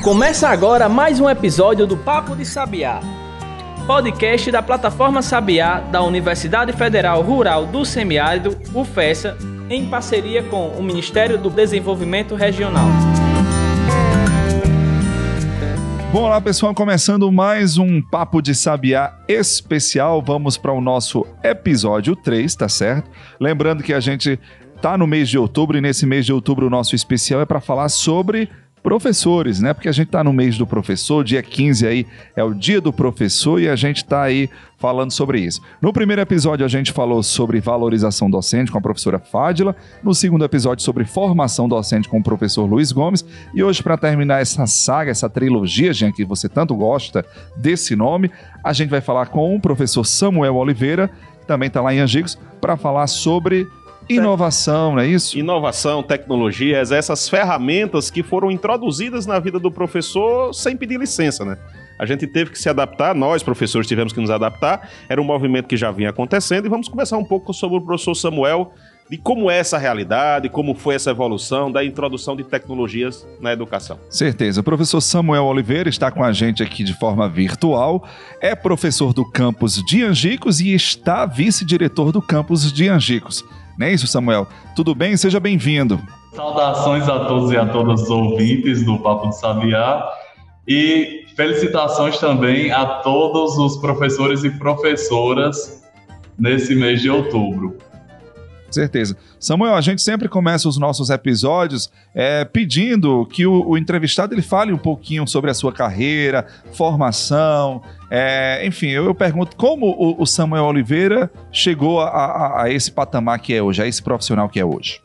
Começa agora mais um episódio do Papo de Sabiá, podcast da plataforma Sabiá da Universidade Federal Rural do Semiárido, UFESA, em parceria com o Ministério do Desenvolvimento Regional. Bom, olá pessoal, começando mais um Papo de Sabiá especial. Vamos para o nosso episódio 3, tá certo? Lembrando que a gente tá no mês de outubro e nesse mês de outubro o nosso especial é para falar sobre professores, né? Porque a gente tá no mês do professor, dia 15 aí é o dia do professor e a gente tá aí falando sobre isso. No primeiro episódio a gente falou sobre valorização docente com a professora Fádila, no segundo episódio sobre formação docente com o professor Luiz Gomes e hoje, para terminar essa saga, essa trilogia, gente, que você tanto gosta desse nome, a gente vai falar com o professor Samuel Oliveira, que também tá lá em Angicos, para falar sobre inovação, não é isso? Inovação, tecnologias, essas ferramentas que foram introduzidas na vida do professor sem pedir licença, né? A gente teve que se adaptar, nós professores tivemos que nos adaptar, era um movimento que já vinha acontecendo e vamos conversar um pouco sobre o professor Samuel, de como é essa realidade, como foi essa evolução da introdução de tecnologias na educação. Certeza. O professor Samuel Oliveira está com a gente aqui de forma virtual, é professor do campus de Angicos e está vice-diretor do campus de Angicos. Não é isso, Samuel? Tudo bem? Seja bem-vindo. Saudações a todos e a todas os ouvintes do Papo de Sabiá e felicitações também a todos os professores e professoras nesse mês de outubro. Certeza. Samuel, a gente sempre começa os nossos episódios pedindo que o entrevistado ele fale um pouquinho sobre a sua carreira, formação, enfim, eu pergunto como o Samuel Oliveira chegou a esse patamar que é hoje, a esse profissional que é hoje.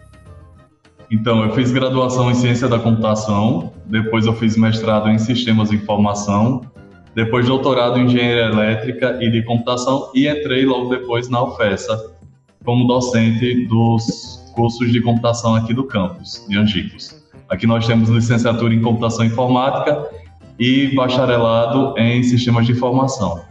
Então, eu fiz graduação em Ciência da Computação, depois eu fiz mestrado em Sistemas de Informação, depois doutorado em Engenharia Elétrica e de Computação e entrei logo depois na UFESA, como docente dos cursos de computação aqui do campus de Angicos. Aqui nós temos licenciatura em Computação Informática e bacharelado em Sistemas de Informação.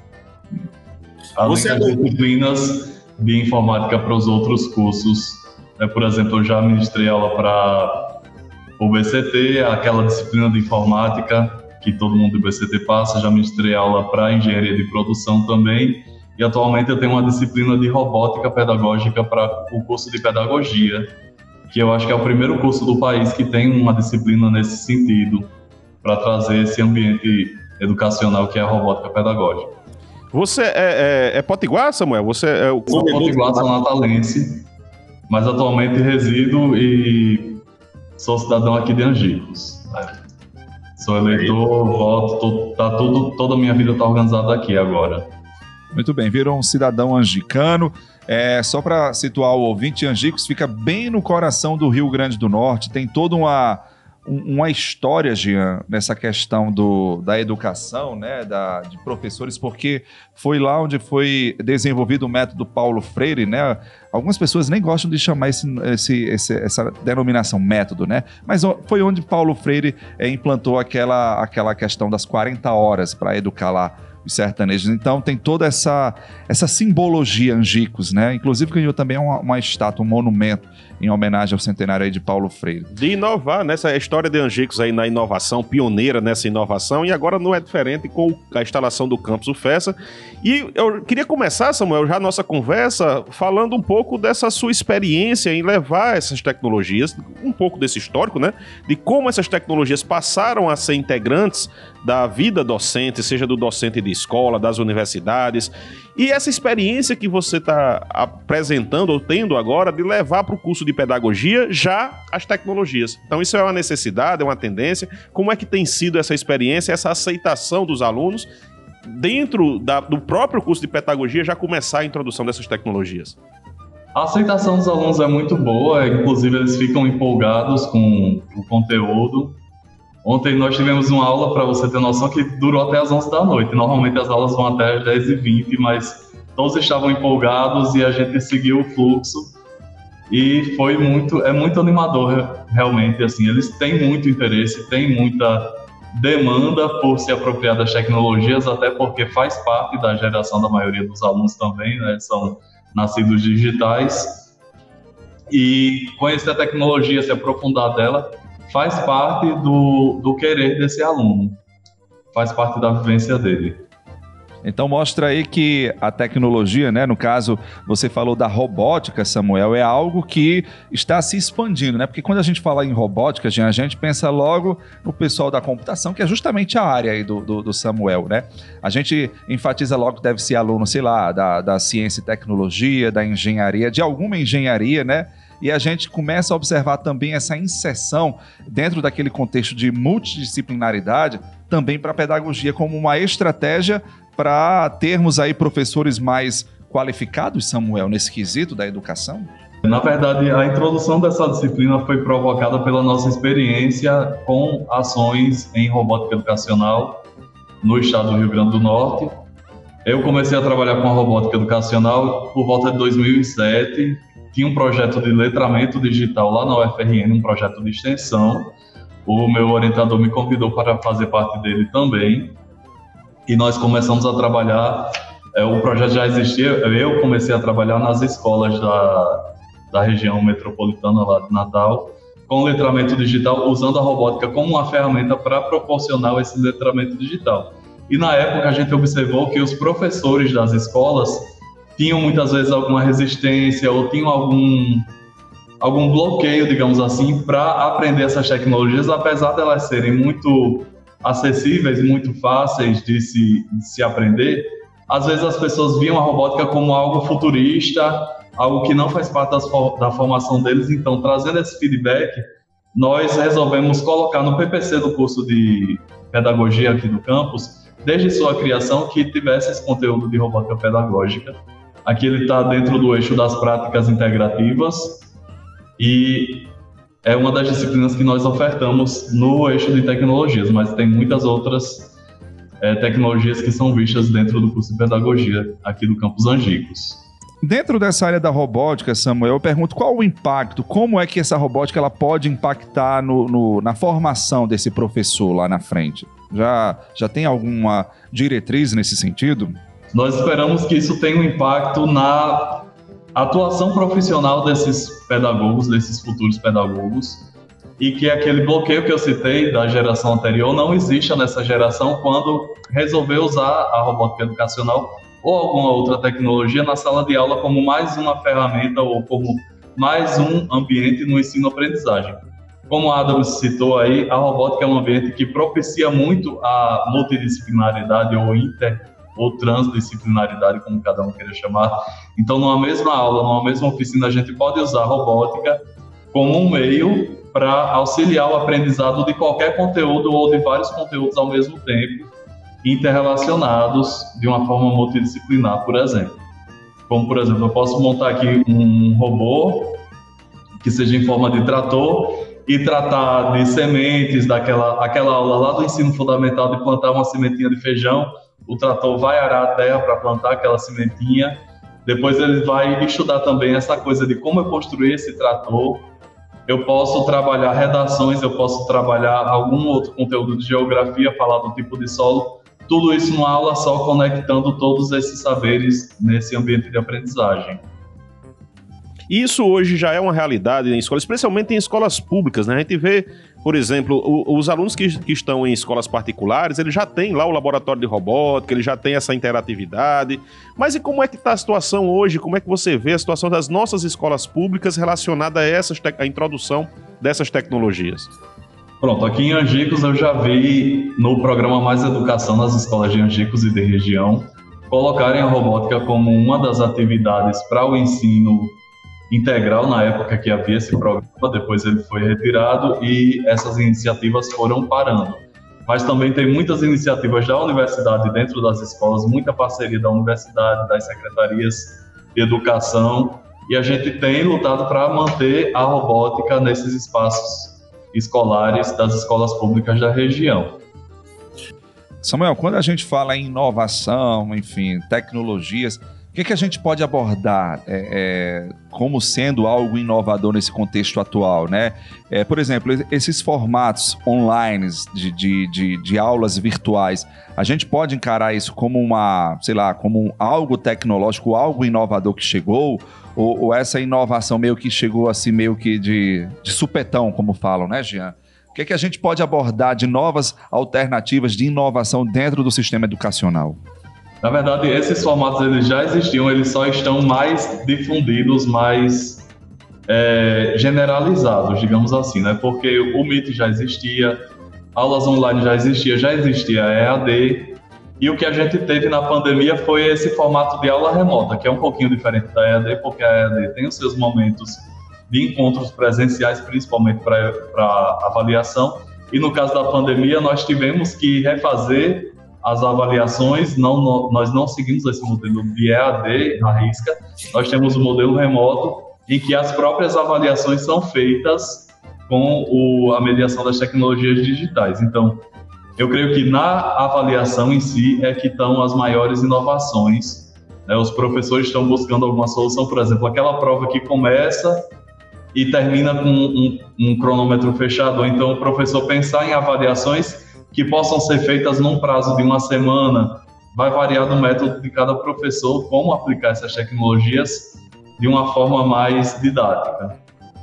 Além das disciplinas de informática para os outros cursos. Por exemplo, eu já ministrei aula para o BCT, aquela disciplina de informática que todo mundo do BCT passa, já ministrei aula para Engenharia de Produção também. E atualmente eu tenho uma disciplina de robótica pedagógica para o curso de pedagogia, que eu acho que é o primeiro curso do país que tem uma disciplina nesse sentido, para trazer esse ambiente educacional que é a robótica pedagógica. Você é potiguar, Samuel? Você é o... Sou potiguar, sou natalense, mas atualmente resido e sou cidadão aqui de Angicos. Sou eleitor, voto, toda a minha vida está organizada aqui agora. Muito bem, virou um cidadão angicano. Só para situar o ouvinte, Angicos fica bem no coração do Rio Grande do Norte, tem toda uma história, Jean, nessa questão da educação, né, de professores, porque foi lá onde foi desenvolvido o método Paulo Freire, né? Algumas pessoas nem gostam de chamar essa denominação método, né? Mas foi onde Paulo Freire implantou aquela questão das 40 horas para educar lá os sertanejos. Então tem toda essa simbologia Angicos, né? Inclusive ganhou também uma estátua, um monumento em homenagem ao centenário aí de Paulo Freire. De inovar, nessa história de Angicos aí na inovação, pioneira nessa inovação, e agora não é diferente com a instalação do campus UFESA. E eu queria começar, Samuel, já a nossa conversa, falando um pouco dessa sua experiência em levar essas tecnologias, um pouco desse histórico, né? De como essas tecnologias passaram a ser integrantes da vida docente, seja do docente de escola, das universidades, e essa experiência que você está apresentando ou tendo agora de levar para o curso de pedagogia já as tecnologias. Então isso é uma necessidade, é uma tendência. Como é que tem sido essa experiência, essa aceitação dos alunos dentro do próprio curso de pedagogia já começar a introdução dessas tecnologias? A aceitação dos alunos é muito boa, inclusive eles ficam empolgados com o conteúdo. Ontem nós tivemos uma aula, para você ter noção, que durou até as 11 da noite. Normalmente as aulas vão até as 10h20, mas todos estavam empolgados e a gente seguiu o fluxo. E é muito animador, realmente. Assim, eles têm muito interesse, têm muita demanda por se apropriar das tecnologias, até porque faz parte da geração da maioria dos alunos também, né? São nascidos digitais. E conhecer a tecnologia, se aprofundar dela, faz parte do querer desse aluno, faz parte da vivência dele. Então mostra aí que a tecnologia, né, no caso, você falou da robótica, Samuel, é algo que está se expandindo, né? Porque quando a gente fala em robótica, a gente pensa logo no pessoal da computação, que é justamente a área aí do Samuel, né? A gente enfatiza logo que deve ser aluno, sei lá, da ciência e tecnologia, da engenharia, de alguma engenharia, né? E a gente começa a observar também essa inserção dentro daquele contexto de multidisciplinaridade também para a pedagogia como uma estratégia para termos aí professores mais qualificados, Samuel, nesse quesito da educação? Na verdade, a introdução dessa disciplina foi provocada pela nossa experiência com ações em robótica educacional no estado do Rio Grande do Norte. Eu comecei a trabalhar com a robótica educacional por volta de 2007, tinha um projeto de letramento digital lá na UFRN, um projeto de extensão. O meu orientador me convidou para fazer parte dele também. E nós começamos a trabalhar, o projeto já existia, eu comecei a trabalhar nas escolas da região metropolitana lá de Natal, com letramento digital, usando a robótica como uma ferramenta para proporcionar esse letramento digital. E na época a gente observou que os professores das escolas tinham muitas vezes alguma resistência ou tinham algum bloqueio, digamos assim, para aprender essas tecnologias, apesar de elas serem muito acessíveis, muito fáceis de se aprender. Às vezes as pessoas viam a robótica como algo futurista, algo que não faz parte da formação deles. Então, trazendo esse feedback, nós resolvemos colocar no PPC do curso de pedagogia aqui do campus, desde sua criação, que tivesse esse conteúdo de robótica pedagógica. Aqui ele está dentro do eixo das práticas integrativas e é uma das disciplinas que nós ofertamos no eixo de tecnologias, mas tem muitas outras tecnologias que são vistas dentro do curso de pedagogia aqui do campus Angicos. Dentro dessa área da robótica, Samuel, eu pergunto qual o impacto, como é que essa robótica ela pode impactar na formação desse professor lá na frente? Já tem alguma diretriz nesse sentido? Nós esperamos que isso tenha um impacto na atuação profissional desses pedagogos, desses futuros pedagogos, e que aquele bloqueio que eu citei da geração anterior não exista nessa geração quando resolver usar a robótica educacional ou alguma outra tecnologia na sala de aula como mais uma ferramenta ou como mais um ambiente no ensino-aprendizagem. Como a Adam citou aí, a robótica é um ambiente que propicia muito a multidisciplinaridade ou transdisciplinaridade, como cada um queira chamar. Então, numa mesma aula, numa mesma oficina, a gente pode usar a robótica como um meio para auxiliar o aprendizado de qualquer conteúdo ou de vários conteúdos ao mesmo tempo, interrelacionados de uma forma multidisciplinar, por exemplo. Como, por exemplo, eu posso montar aqui um robô que seja em forma de trator e tratar de sementes, aquela aula lá do ensino fundamental de plantar uma sementinha de feijão. O trator vai arar a terra para plantar aquela sementinha. Depois ele vai estudar também essa coisa de como eu construir esse trator. Eu posso trabalhar redações, eu posso trabalhar algum outro conteúdo de geografia, falar do tipo de solo. Tudo isso numa aula só, conectando todos esses saberes nesse ambiente de aprendizagem. Isso hoje já é uma realidade em escolas, especialmente em escolas públicas, né? A gente vê, por exemplo, os alunos que estão em escolas particulares, eles já têm lá o laboratório de robótica, eles já têm essa interatividade. Mas e como é que está a situação hoje? Como é que você vê a situação das nossas escolas públicas relacionada a introdução dessas tecnologias? Pronto, aqui em Angicos eu já vi no programa Mais Educação nas escolas de Angicos e de região colocarem a robótica como uma das atividades para o ensino integral, na época que havia esse programa, depois ele foi retirado e essas iniciativas foram parando. Mas também tem muitas iniciativas da universidade dentro das escolas, muita parceria da universidade, das secretarias de educação, e a gente tem lutado para manter a robótica nesses espaços escolares das escolas públicas da região. Samuel, quando a gente fala em inovação, enfim, tecnologias, o que a gente pode abordar como sendo algo inovador nesse contexto atual, né? Por exemplo, esses formatos online de aulas virtuais, a gente pode encarar isso como como algo tecnológico, algo inovador que chegou, ou essa inovação meio que chegou assim, meio que de supetão, como falam, né, Jean? O que é que a gente pode abordar de novas alternativas de inovação dentro do sistema educacional? Na verdade, esses formatos eles já existiam, eles só estão mais difundidos, mais generalizados, digamos assim, né? Porque o Meet já existia, aulas online já existia a EAD, e o que a gente teve na pandemia foi esse formato de aula remota, que é um pouquinho diferente da EAD, porque a EAD tem os seus momentos de encontros presenciais, principalmente para avaliação, e no caso da pandemia nós tivemos que refazer as avaliações, nós não seguimos esse modelo de EAD à risca, nós temos o modelo remoto, em que as próprias avaliações são feitas com a mediação das tecnologias digitais. Então, eu creio que na avaliação em si é que estão as maiores inovações, né? Os professores estão buscando alguma solução, por exemplo, aquela prova que começa e termina com um cronômetro fechado, ou então o professor pensar em avaliações que possam ser feitas num prazo de uma semana. Vai variar do método de cada professor como aplicar essas tecnologias de uma forma mais didática.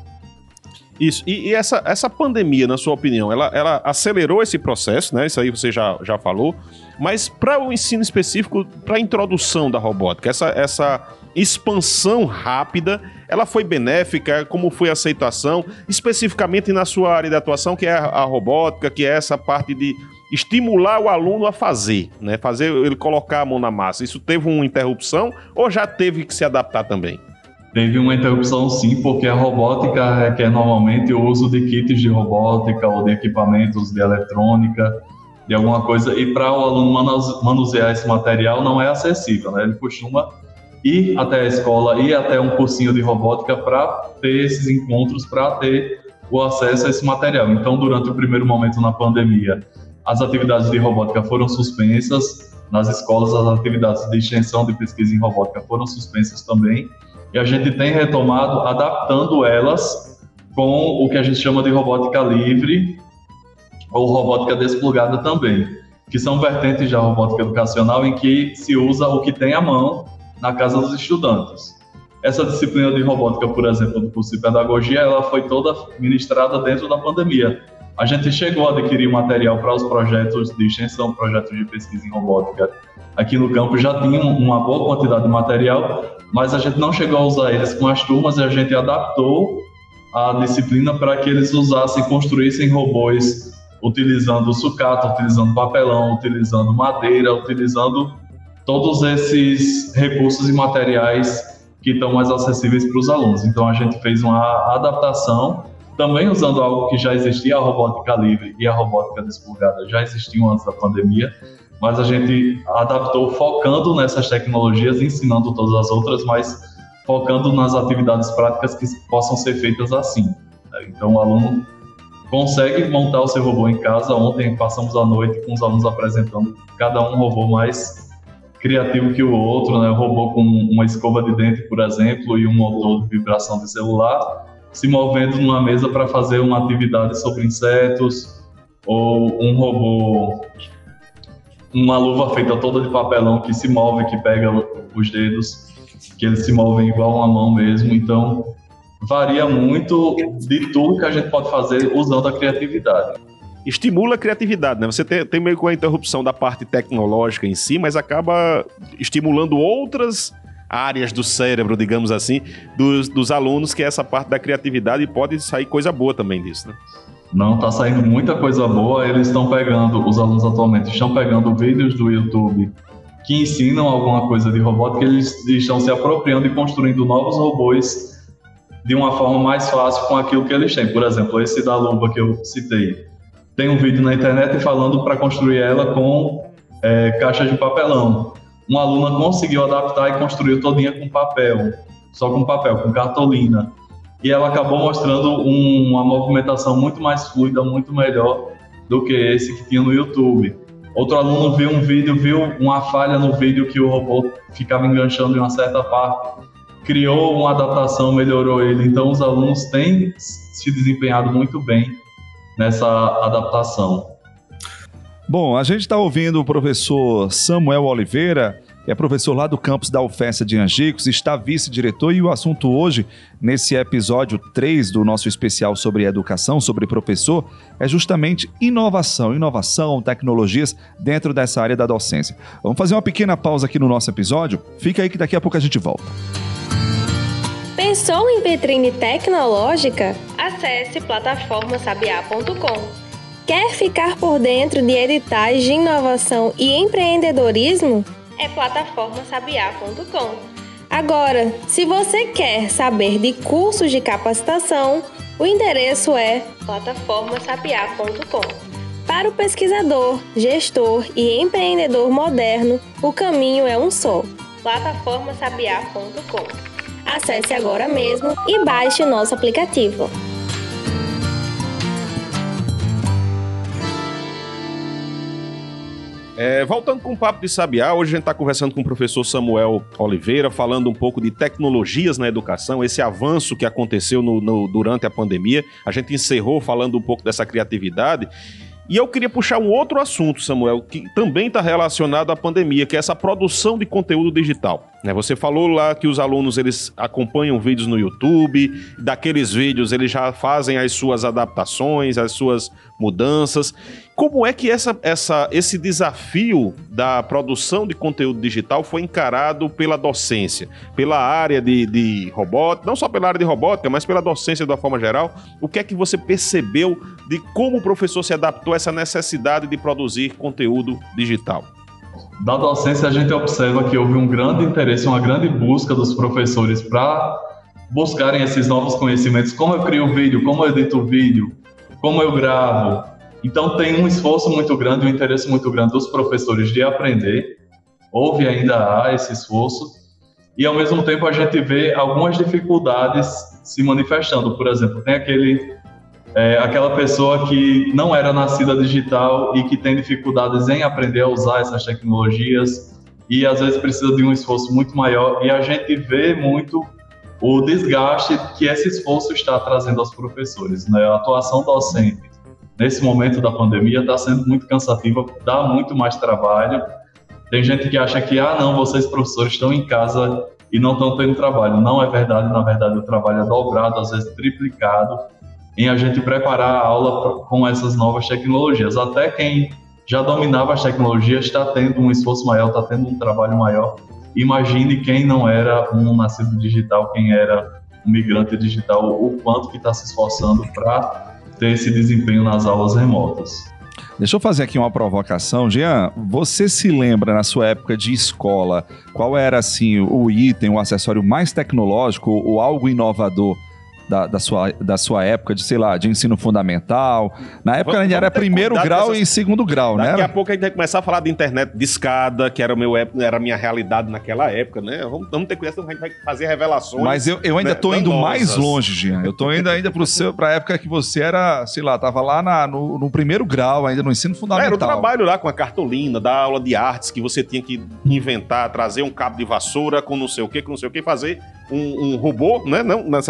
Isso, e essa pandemia, na sua opinião, ela acelerou esse processo, né? Isso aí você já falou, mas para o ensino específico, para a introdução da robótica, essa expansão rápida, ela foi benéfica? Como foi a aceitação, especificamente na sua área de atuação, que é a robótica, que é essa parte de estimular o aluno a fazer, né? Fazer ele colocar a mão na massa. Isso teve uma interrupção ou já teve que se adaptar também? Teve uma interrupção sim, porque a robótica requer normalmente o uso de kits de robótica ou de equipamentos de eletrônica, de alguma coisa, e para o aluno manusear esse material não é acessível, né? Ele costuma ir até a escola, ir até um cursinho de robótica para ter esses encontros, para ter o acesso a esse material. Então, durante o primeiro momento na pandemia, as atividades de robótica foram suspensas, nas escolas as atividades de extensão de pesquisa em robótica foram suspensas também, e a gente tem retomado, adaptando elas com o que a gente chama de robótica livre ou robótica desplugada também, que são vertentes da robótica educacional em que se usa o que tem à mão na casa dos estudantes. Essa disciplina de robótica, por exemplo, do curso de pedagogia, ela foi toda ministrada dentro da pandemia. A gente chegou a adquirir material para os projetos de extensão, projetos de pesquisa em robótica. Aqui no campus já tinha uma boa quantidade de material, mas a gente não chegou a usar eles com as turmas e a gente adaptou a disciplina para que eles usassem, construíssem robôs utilizando sucata, utilizando papelão, utilizando madeira, utilizando todos esses recursos e materiais que estão mais acessíveis para os alunos. Então a gente fez uma adaptação, também usando algo que já existia, a robótica livre e a robótica desplugada já existiam antes da pandemia, mas a gente adaptou focando nessas tecnologias, ensinando todas as outras, mas focando nas atividades práticas que possam ser feitas assim. Então o aluno consegue montar o seu robô em casa. Ontem passamos a noite com os alunos apresentando cada um robô mais criativo que o outro, né? O robô com uma escova de dente, por exemplo, e um motor de vibração de celular, se movendo numa mesa para fazer uma atividade sobre insetos, ou um robô, uma luva feita toda de papelão que se move, que pega os dedos, que eles se movem igual uma mão mesmo. Então, varia muito de tudo que a gente pode fazer usando a criatividade. Estimula a criatividade, né? Você tem meio com a interrupção da parte tecnológica em si, mas acaba estimulando outras áreas do cérebro, digamos assim, dos alunos, que é essa parte da criatividade, e pode sair coisa boa também disso, né? Não, tá saindo muita coisa boa. Eles estão pegando, os alunos atualmente estão pegando vídeos do YouTube que ensinam alguma coisa de robótica, eles estão se apropriando e construindo novos robôs de uma forma mais fácil com aquilo que eles têm. Por exemplo, esse da luva que eu citei, tem um vídeo na internet falando para construir ela com caixas de papelão. Uma aluna conseguiu adaptar e construiu todinha com papel, só com papel, com cartolina. E ela acabou mostrando uma movimentação muito mais fluida, muito melhor do que esse que tinha no YouTube. Outro aluno viu um vídeo, viu uma falha no vídeo que o robô ficava enganchando em uma certa parte, criou uma adaptação, melhorou ele. Então os alunos têm se desempenhado muito bem nessa adaptação. Bom, a gente está ouvindo o professor Samuel Oliveira, é professor lá do campus da UFESA de Angicos, está vice-diretor e o assunto hoje, nesse episódio 3 do nosso especial sobre educação, sobre professor, é justamente inovação, tecnologias dentro dessa área da docência. Vamos fazer uma pequena pausa aqui no nosso episódio, fica aí que daqui a pouco a gente volta. Pensou em vitrine tecnológica? Acesse plataformasabiá.com. Quer ficar por dentro de editais de inovação e empreendedorismo? É plataformasabiá.com. Agora, se você quer saber de cursos de capacitação, o endereço é plataformasabiá.com. Para o pesquisador, gestor e empreendedor moderno, o caminho é um só: plataformasabiá.com. Acesse agora mesmo e baixe o nosso aplicativo. Voltando com o Papo de Sabiá, hoje a gente está conversando com o professor Samuel Oliveira, falando um pouco de tecnologias na educação, esse avanço que aconteceu durante a pandemia. A gente encerrou falando um pouco dessa criatividade. E eu queria puxar um outro assunto, Samuel, que também está relacionado à pandemia, que é essa produção de conteúdo digital. Você falou lá que os alunos eles acompanham vídeos no YouTube, daqueles vídeos eles já fazem as suas adaptações, as suas mudanças. Como é que esse desafio da produção de conteúdo digital foi encarado pela docência, pela área de robótica, não só pela área de robótica, mas pela docência de uma forma geral? O que é que você percebeu de como o professor se adaptou a essa necessidade de produzir conteúdo digital? Da docência, a gente observa que houve um grande interesse, uma grande busca dos professores para buscarem esses novos conhecimentos. Como eu crio vídeo, como eu edito vídeo, como eu gravo. Então, tem um esforço muito grande, um interesse muito grande dos professores de aprender. Houve ainda há esse esforço. E, ao mesmo tempo, a gente vê algumas dificuldades se manifestando. Por exemplo, tem aquela pessoa que não era nascida digital e que tem dificuldades em aprender a usar essas tecnologias e às vezes precisa de um esforço muito maior, e a gente vê muito o desgaste que esse esforço está trazendo aos professores, né? A atuação docente nesse momento da pandemia está sendo muito cansativa, dá muito mais trabalho. Tem gente que acha que, não, vocês professores estão em casa e não estão tendo trabalho. Não é verdade, na verdade o trabalho é dobrado, às vezes triplicado, em a gente preparar a aula com essas novas tecnologias. Até quem já dominava as tecnologias está tendo um esforço maior, está tendo um trabalho maior. Imagine quem não era um nascido digital, quem era um migrante digital, o quanto que está se esforçando para ter esse desempenho nas aulas remotas. Deixa eu fazer aqui uma provocação. Jean, você se lembra na sua época de escola, qual era assim o item, o acessório mais tecnológico ou algo inovador da sua época de, sei lá, de ensino fundamental? Na época ainda era primeiro grau e segundo grau, né? Daqui a pouco a gente vai começar a falar de internet de escada, que era a minha realidade naquela época, né? Vamos ter cuidado, a gente vai fazer revelações. Mas eu ainda tô indo mais longe, Jean. Eu tô indo ainda pra época que você era, sei lá, tava lá no primeiro grau, ainda no ensino fundamental. Era o trabalho lá com a cartolina, da aula de artes, que você tinha que inventar, trazer um cabo de vassoura com não sei o que, fazer um robô, né?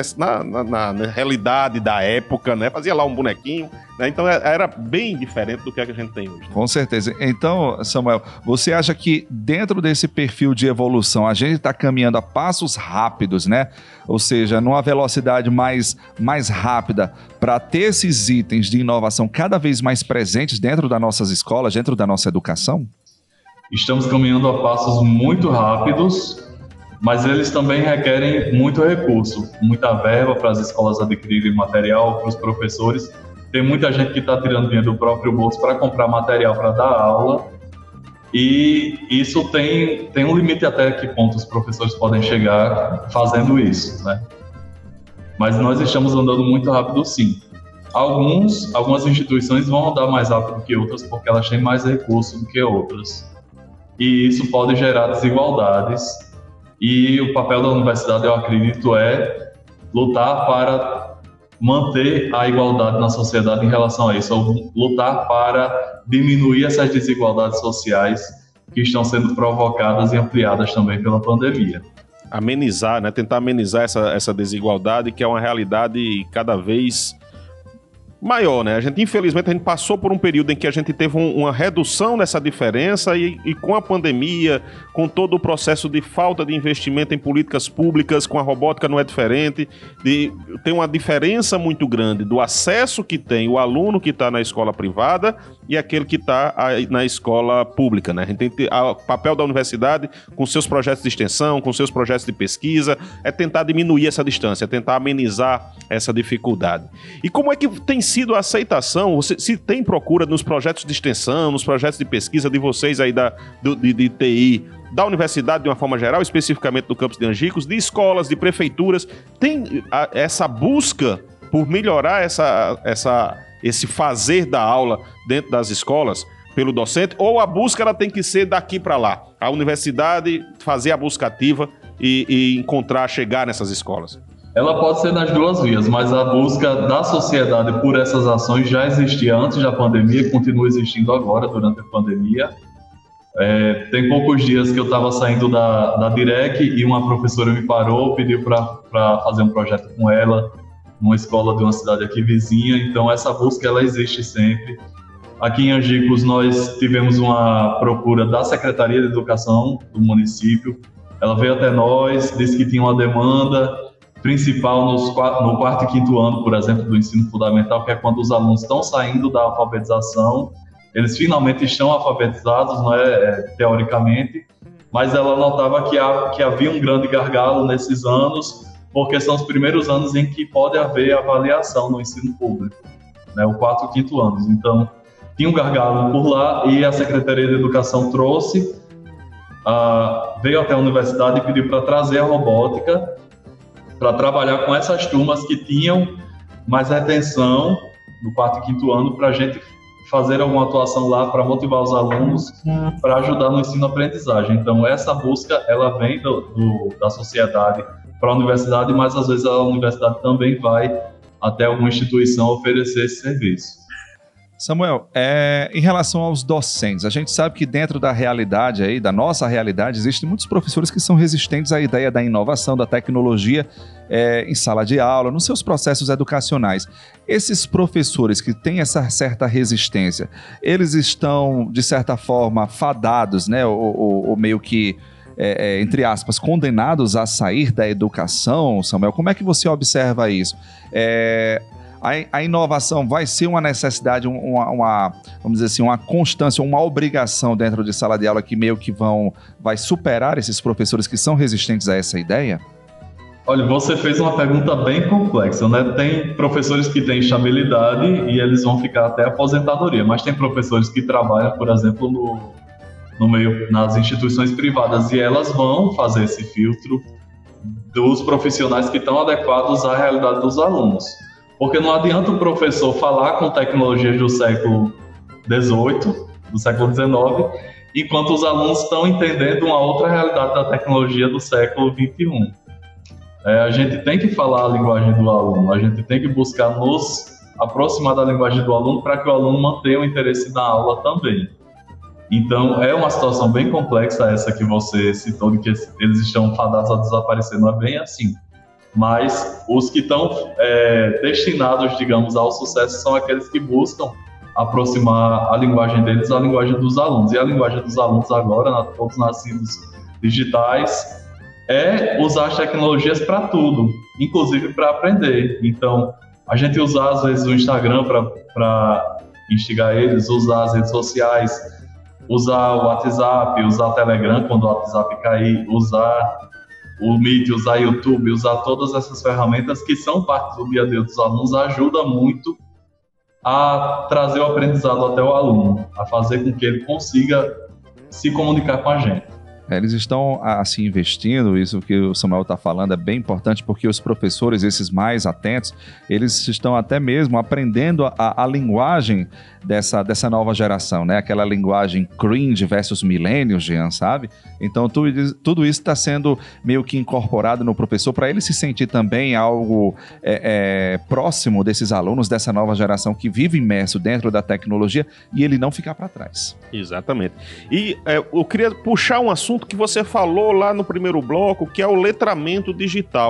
Na realidade da época, né? Fazia lá um bonequinho, né? Então era bem diferente do que a gente tem hoje. Com certeza. Então, Samuel, você acha que dentro desse perfil de evolução a gente está caminhando a passos rápidos, né? Ou seja, numa velocidade mais rápida para ter esses itens de inovação cada vez mais presentes dentro das nossas escolas, dentro da nossa educação? Estamos caminhando a passos muito rápidos, mas eles também requerem muito recurso, muita verba para as escolas adquirirem material, para os professores. Tem muita gente que está tirando dinheiro do próprio bolso para comprar material para dar aula, e isso tem um limite até que ponto os professores podem chegar fazendo isso, né? Mas nós estamos andando muito rápido, sim. Algumas instituições vão andar mais rápido que outras porque elas têm mais recursos do que outras, e isso pode gerar desigualdades. E o papel da universidade, eu acredito, é lutar para manter a igualdade na sociedade em relação a isso, ou lutar para diminuir essas desigualdades sociais que estão sendo provocadas e ampliadas também pela pandemia. Amenizar, né? Tentar amenizar essa desigualdade, que é uma realidade cada vez maior, né? Infelizmente, a gente passou por um período em que a gente teve uma redução dessa diferença e com a pandemia, com todo o processo de falta de investimento em políticas públicas, com a robótica não é diferente, tem uma diferença muito grande do acesso que tem o aluno que está na escola privada e aquele que está na escola pública, né? A gente tem o papel da universidade com seus projetos de extensão, com seus projetos de pesquisa, é tentar diminuir essa distância, é tentar amenizar essa dificuldade. E como é que tem sido a aceitação, se tem procura nos projetos de extensão, nos projetos de pesquisa de vocês aí de TI, da universidade de uma forma geral, especificamente do campus de Angicos, de escolas, de prefeituras, tem essa busca por melhorar esse fazer da aula dentro das escolas pelo docente, ou a busca ela tem que ser daqui para lá, a universidade fazer a busca ativa e chegar nessas escolas? Ela pode ser nas duas vias, mas a busca da sociedade por essas ações já existia antes da pandemia e continua existindo agora, durante a pandemia. Tem poucos dias que eu estava saindo da Direc e uma professora me parou, pediu para fazer um projeto com ela, numa escola de uma cidade aqui vizinha. Então essa busca ela existe sempre. Aqui em Angicos nós tivemos uma procura da Secretaria de Educação do município. Ela veio até nós, disse que tinha uma demanda principal no quarto e quinto ano, por exemplo, do ensino fundamental, que é quando os alunos estão saindo da alfabetização. Eles finalmente estão alfabetizados, não é, teoricamente, mas ela notava que havia um grande gargalo nesses anos, porque são os primeiros anos em que pode haver avaliação no ensino público, né, o quarto e quinto anos. Então, tinha um gargalo por lá e a Secretaria de Educação veio até a universidade e pediu para trazer a robótica para trabalhar com essas turmas que tinham mais retenção no quarto e quinto ano, para a gente fazer alguma atuação lá para motivar os alunos, para ajudar no ensino-aprendizagem. Então, essa busca, ela vem da sociedade para a universidade, mas às vezes a universidade também vai até alguma instituição oferecer esse serviço. Samuel, em relação aos docentes, a gente sabe que dentro da realidade aí, da nossa realidade, existem muitos professores que são resistentes à ideia da inovação, da tecnologia em sala de aula, nos seus processos educacionais. Esses professores que têm essa certa resistência, eles estão, de certa forma, fadados, né, ou meio que, entre aspas, condenados a sair da educação, Samuel? Como é que você observa isso? A inovação vai ser uma necessidade, vamos dizer assim, uma constância, uma obrigação dentro de sala de aula que meio que vai superar esses professores que são resistentes a essa ideia? Olha, você fez uma pergunta bem complexa, né? Tem professores que têm estabilidade e eles vão ficar até a aposentadoria, mas tem professores que trabalham, por exemplo, nas instituições privadas, e elas vão fazer esse filtro dos profissionais que estão adequados à realidade dos alunos. Porque não adianta o professor falar com tecnologias do século XVIII, do século XIX, enquanto os alunos estão entendendo uma outra realidade da tecnologia do século XXI. A gente tem que falar a linguagem do aluno, a gente tem que buscar nos aproximar da linguagem do aluno para que o aluno mantenha o interesse na aula também. Então, é uma situação bem complexa essa que você citou, de que eles estão fadados a desaparecer. Não é bem assim. Mas os que estão destinados, digamos, ao sucesso são aqueles que buscam aproximar a linguagem deles à linguagem dos alunos. E a linguagem dos alunos agora, todos nascidos digitais, é usar as tecnologias para tudo, inclusive para aprender. Então, a gente usar, às vezes, o Instagram para instigar eles, usar as redes sociais, usar o WhatsApp, usar o Telegram quando o WhatsApp cair, usar o Meet, usar o YouTube, usar todas essas ferramentas que são parte do dia a dia dos alunos, ajuda muito a trazer o aprendizado até o aluno, a fazer com que ele consiga se comunicar com a gente. Eles estão assim investindo, isso que o Samuel está falando é bem importante, porque os professores, esses mais atentos, eles estão até mesmo aprendendo a linguagem dessa nova geração, né? Aquela linguagem cringe versus millennials, Jean, sabe? Então tudo isso está sendo meio que incorporado no professor para ele se sentir também algo próximo desses alunos, dessa nova geração que vive imerso dentro da tecnologia e ele não ficar para trás. Exatamente. E eu queria puxar um assunto que você falou lá no primeiro bloco, que é o letramento digital.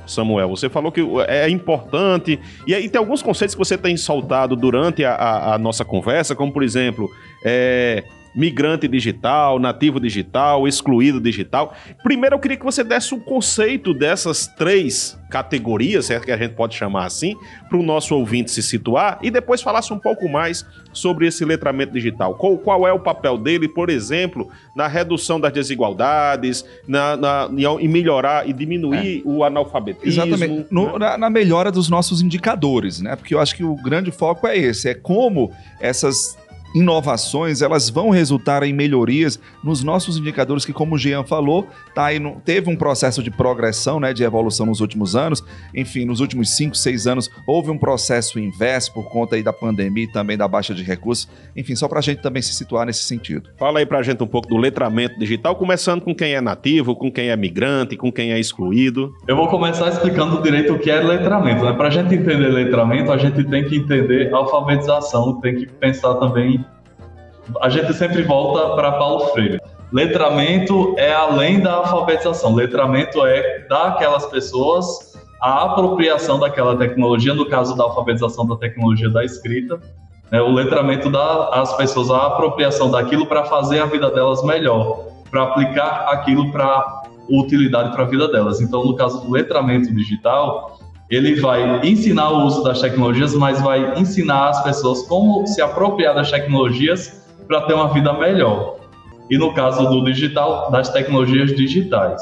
Samuel? Você falou que é importante, e aí tem alguns conceitos que você tem soltado durante a nossa conversa, como, por exemplo, migrante digital, nativo digital, excluído digital. Primeiro eu queria que você desse um conceito dessas 3 categorias, certo, que a gente pode chamar assim, para o nosso ouvinte se situar, e depois falasse um pouco mais sobre esse letramento digital. Qual é o papel dele, por exemplo, na redução das desigualdades, em melhorar e diminuir o analfabetismo. Exatamente, na melhora dos nossos indicadores, né? Porque eu acho que o grande foco é esse, é como essas inovações, elas vão resultar em melhorias nos nossos indicadores que, como o Jean falou, teve um processo de progressão, né, de evolução nos últimos anos. Enfim, nos últimos 5, 6 anos, houve um processo inverso por conta aí da pandemia e também da baixa de recursos. Enfim, só para a gente também se situar nesse sentido. Fala aí para a gente um pouco do letramento digital, começando com quem é nativo, com quem é migrante, com quem é excluído. Eu vou começar explicando direito o que é letramento, né? Para a gente entender letramento, a gente tem que entender alfabetização, tem que pensar também. A gente sempre volta para Paulo Freire. Letramento é além da alfabetização. Letramento é dar àquelas pessoas a apropriação daquela tecnologia, no caso da alfabetização da tecnologia da escrita. O letramento dá às pessoas a apropriação daquilo para fazer a vida delas melhor, para aplicar aquilo para utilidade para a vida delas. Então, no caso do letramento digital, ele vai ensinar o uso das tecnologias, mas vai ensinar as pessoas como se apropriar das tecnologias para ter uma vida melhor. E no caso do digital, das tecnologias digitais.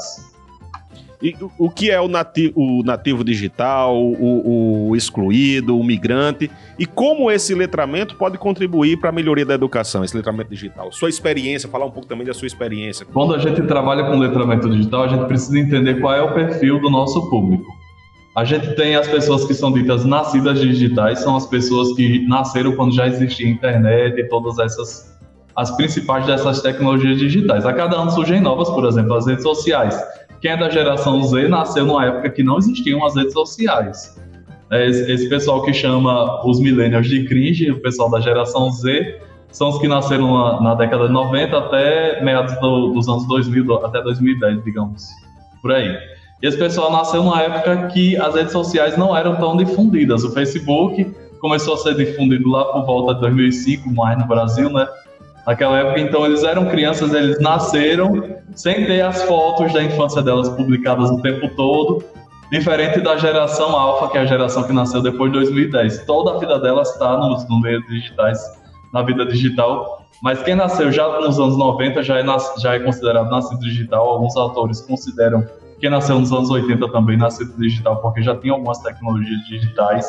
E o que é o nativo digital, o excluído, o migrante, e como esse letramento pode contribuir para a melhoria da educação, esse letramento digital? Sua experiência, falar um pouco também da sua experiência. Quando a gente trabalha com letramento digital, a gente precisa entender qual é o perfil do nosso público. A gente tem as pessoas que são ditas nascidas digitais, são as pessoas que nasceram quando já existia internet e todas as principais dessas tecnologias digitais. A cada ano surgem novas, por exemplo, as redes sociais. Quem é da geração Z nasceu numa época que não existiam as redes sociais. Esse pessoal que chama os millennials de cringe, o pessoal da geração Z, são os que nasceram na década de 90 até meados dos anos 2000, até 2010, digamos, por aí. E esse pessoal nasceu numa época que as redes sociais não eram tão difundidas. O Facebook começou a ser difundido lá por volta de 2005, mais no Brasil, né? Naquela época, então, eles eram crianças, eles nasceram sem ter as fotos da infância delas publicadas o tempo todo, diferente da geração alfa, que é a geração que nasceu depois de 2010. Toda a vida delas está nos meios digitais, na vida digital, mas quem nasceu já nos anos 90 já é considerado nascido digital. Alguns autores consideram quem nasceu nos anos 80 também nascido digital, porque já tinha algumas tecnologias digitais,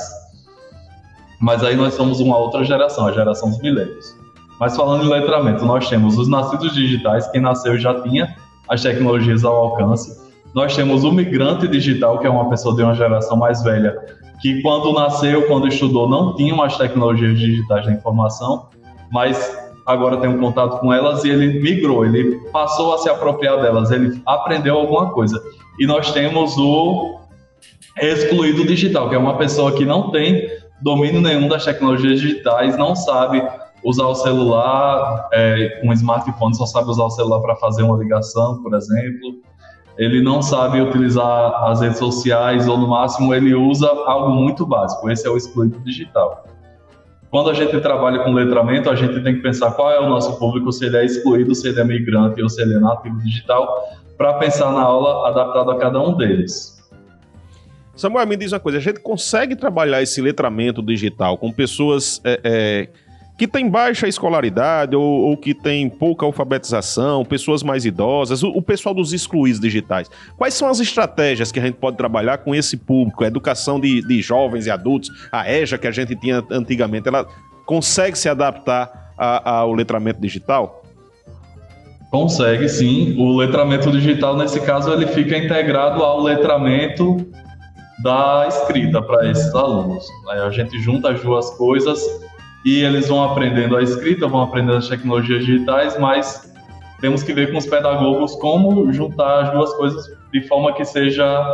mas aí nós somos uma outra geração, a geração dos milênios. Mas falando em letramento, nós temos os nascidos digitais, quem nasceu já tinha as tecnologias ao alcance. Nós temos o migrante digital, que é uma pessoa de uma geração mais velha, que quando nasceu, quando estudou, não tinham as tecnologias digitais da informação, mas agora tem um contato com elas e ele migrou, ele passou a se apropriar delas, ele aprendeu alguma coisa. E nós temos o excluído digital, que é uma pessoa que não tem domínio nenhum das tecnologias digitais, não sabe usar o celular, um smartphone, só sabe usar o celular para fazer uma ligação, por exemplo. Ele não sabe utilizar as redes sociais, ou no máximo ele usa algo muito básico. Esse é o excluído digital. Quando a gente trabalha com letramento, a gente tem que pensar qual é o nosso público, se ele é excluído, se ele é migrante ou se ele é nativo digital, para pensar na aula adaptada a cada um deles. Samuel, me diz uma coisa, a gente consegue trabalhar esse letramento digital com pessoas que têm baixa escolaridade ou que têm pouca alfabetização, pessoas mais idosas, o pessoal dos excluídos digitais? Quais são as estratégias que a gente pode trabalhar com esse público? A educação de jovens e adultos, a EJA que a gente tinha antigamente, ela consegue se adaptar ao letramento digital? Consegue, sim. O letramento digital, nesse caso, ele fica integrado ao letramento da escrita para esses alunos. Aí a gente junta as duas coisas e eles vão aprendendo a escrita, vão aprendendo as tecnologias digitais, mas temos que ver com os pedagogos como juntar as duas coisas de forma que seja...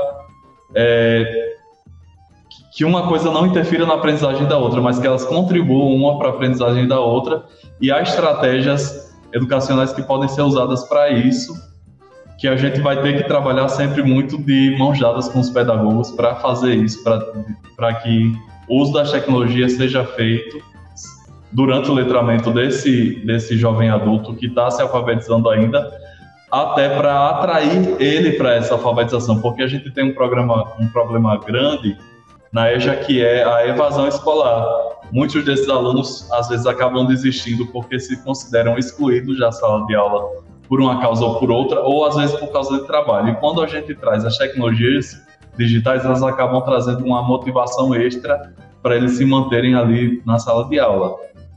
que uma coisa não interfira na aprendizagem da outra, mas que elas contribuam uma para a aprendizagem da outra, e há estratégias educacionais que podem ser usadas para isso, que a gente vai ter que trabalhar sempre muito de mãos dadas com os pedagogos para fazer isso, para que o uso das tecnologias seja feito durante o letramento desse jovem adulto que está se alfabetizando ainda, até para atrair ele para essa alfabetização, porque a gente tem um problema grande na EJA, que é a evasão escolar. Muitos desses alunos, às vezes, acabam desistindo porque se consideram excluídos da sala de aula por uma causa ou por outra, ou às vezes por causa de trabalho. E quando a gente traz as tecnologias digitais, elas acabam trazendo uma motivação extra para eles se manterem ali na sala de aula.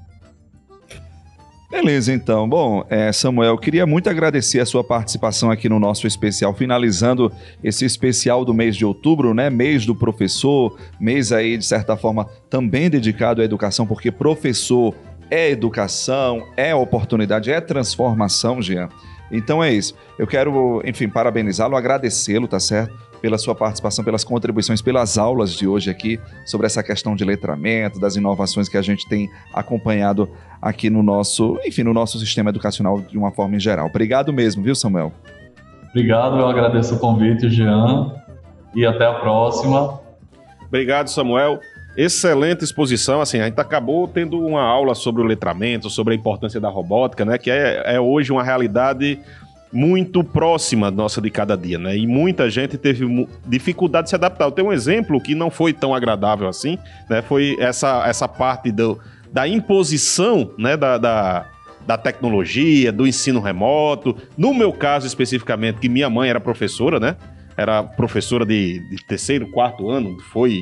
Beleza, então. Bom, Samuel, queria muito agradecer a sua participação aqui no nosso especial, finalizando esse especial do mês de outubro, né? Mês do professor, mês aí, de certa forma, também dedicado à educação, porque professor é educação, é oportunidade, é transformação, Jean. Então é isso. Eu quero, enfim, parabenizá-lo, agradecê-lo, tá certo? Pela sua participação, pelas contribuições, pelas aulas de hoje aqui, sobre essa questão de letramento, das inovações que a gente tem acompanhado aqui no nosso sistema educacional de uma forma em geral. Obrigado mesmo, viu, Samuel? Obrigado, eu agradeço o convite, Jean, e até a próxima. Obrigado, Samuel. Excelente exposição, assim, a gente acabou tendo uma aula sobre o letramento, sobre a importância da robótica, né, que é hoje uma realidade muito próxima nossa de cada dia, né? E muita gente teve dificuldade de se adaptar. Eu tenho um exemplo que não foi tão agradável assim, né? Foi essa parte da imposição, né? Da tecnologia, do ensino remoto. No meu caso, especificamente, que minha mãe era professora, né? Era professora de terceiro, quarto ano, foi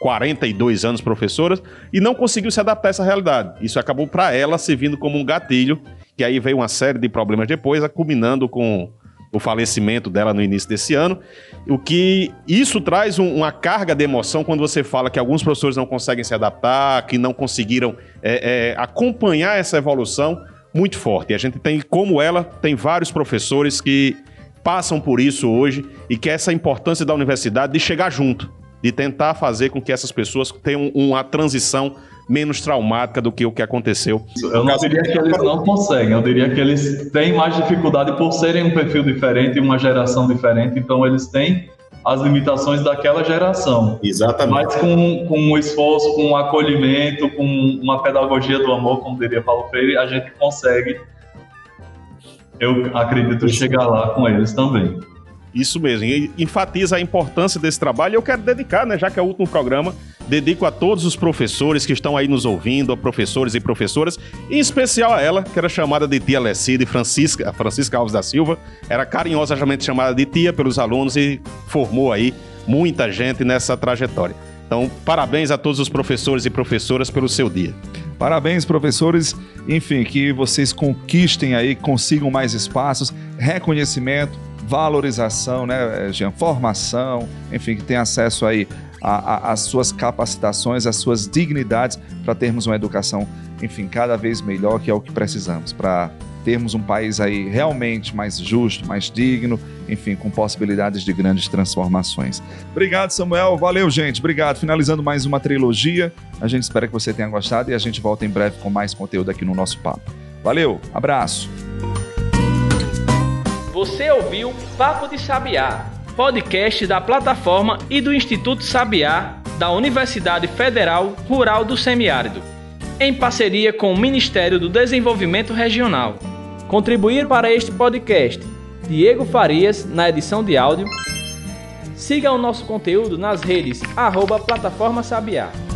42 anos professora, e não conseguiu se adaptar a essa realidade. Isso acabou para ela servindo como um gatilho, que aí veio uma série de problemas depois, culminando com o falecimento dela no início desse ano. O que isso traz uma carga de emoção quando você fala que alguns professores não conseguem se adaptar, que não conseguiram acompanhar essa evolução muito forte. E a gente tem, como ela, tem vários professores que passam por isso hoje e que essa importância da universidade de chegar junto, de tentar fazer com que essas pessoas tenham uma transição menos traumática do que o que aconteceu. Eu não diria que eles não conseguem, eu diria que eles têm mais dificuldade por serem um perfil diferente, uma geração diferente, então eles têm as limitações daquela geração. Exatamente. Mas com um esforço, com um acolhimento, com uma pedagogia do amor, como diria Paulo Freire, a gente consegue, eu acredito, chegar lá com eles também. Isso mesmo, e enfatiza a importância desse trabalho. Eu quero dedicar, né, já que é o último programa, dedico a todos os professores que estão aí nos ouvindo, a professores e professoras, em especial a ela, que era chamada de tia Lecide, Francisca Alves da Silva, era carinhosamente chamada de tia pelos alunos e formou aí muita gente nessa trajetória. Então, parabéns a todos os professores e professoras pelo seu dia. Parabéns, professores. Enfim, que vocês conquistem aí, consigam mais espaços, reconhecimento, valorização, né, Jean? Formação, enfim, que tenha acesso aí às suas capacitações, às suas dignidades, para termos uma educação, enfim, cada vez melhor, que é o que precisamos, para termos um país aí realmente mais justo, mais digno, enfim, com possibilidades de grandes transformações. Obrigado, Samuel. Valeu, gente. Obrigado. Finalizando mais uma trilogia. A gente espera que você tenha gostado e a gente volta em breve com mais conteúdo aqui no nosso papo. Valeu, abraço. Você ouviu Papo de Sabiá, podcast da plataforma e do Instituto Sabiá da Universidade Federal Rural do Semiárido, em parceria com o Ministério do Desenvolvimento Regional. Contribuir para este podcast, Diego Farias, na edição de áudio. Siga o nosso conteúdo nas redes @Plataforma Sabiá.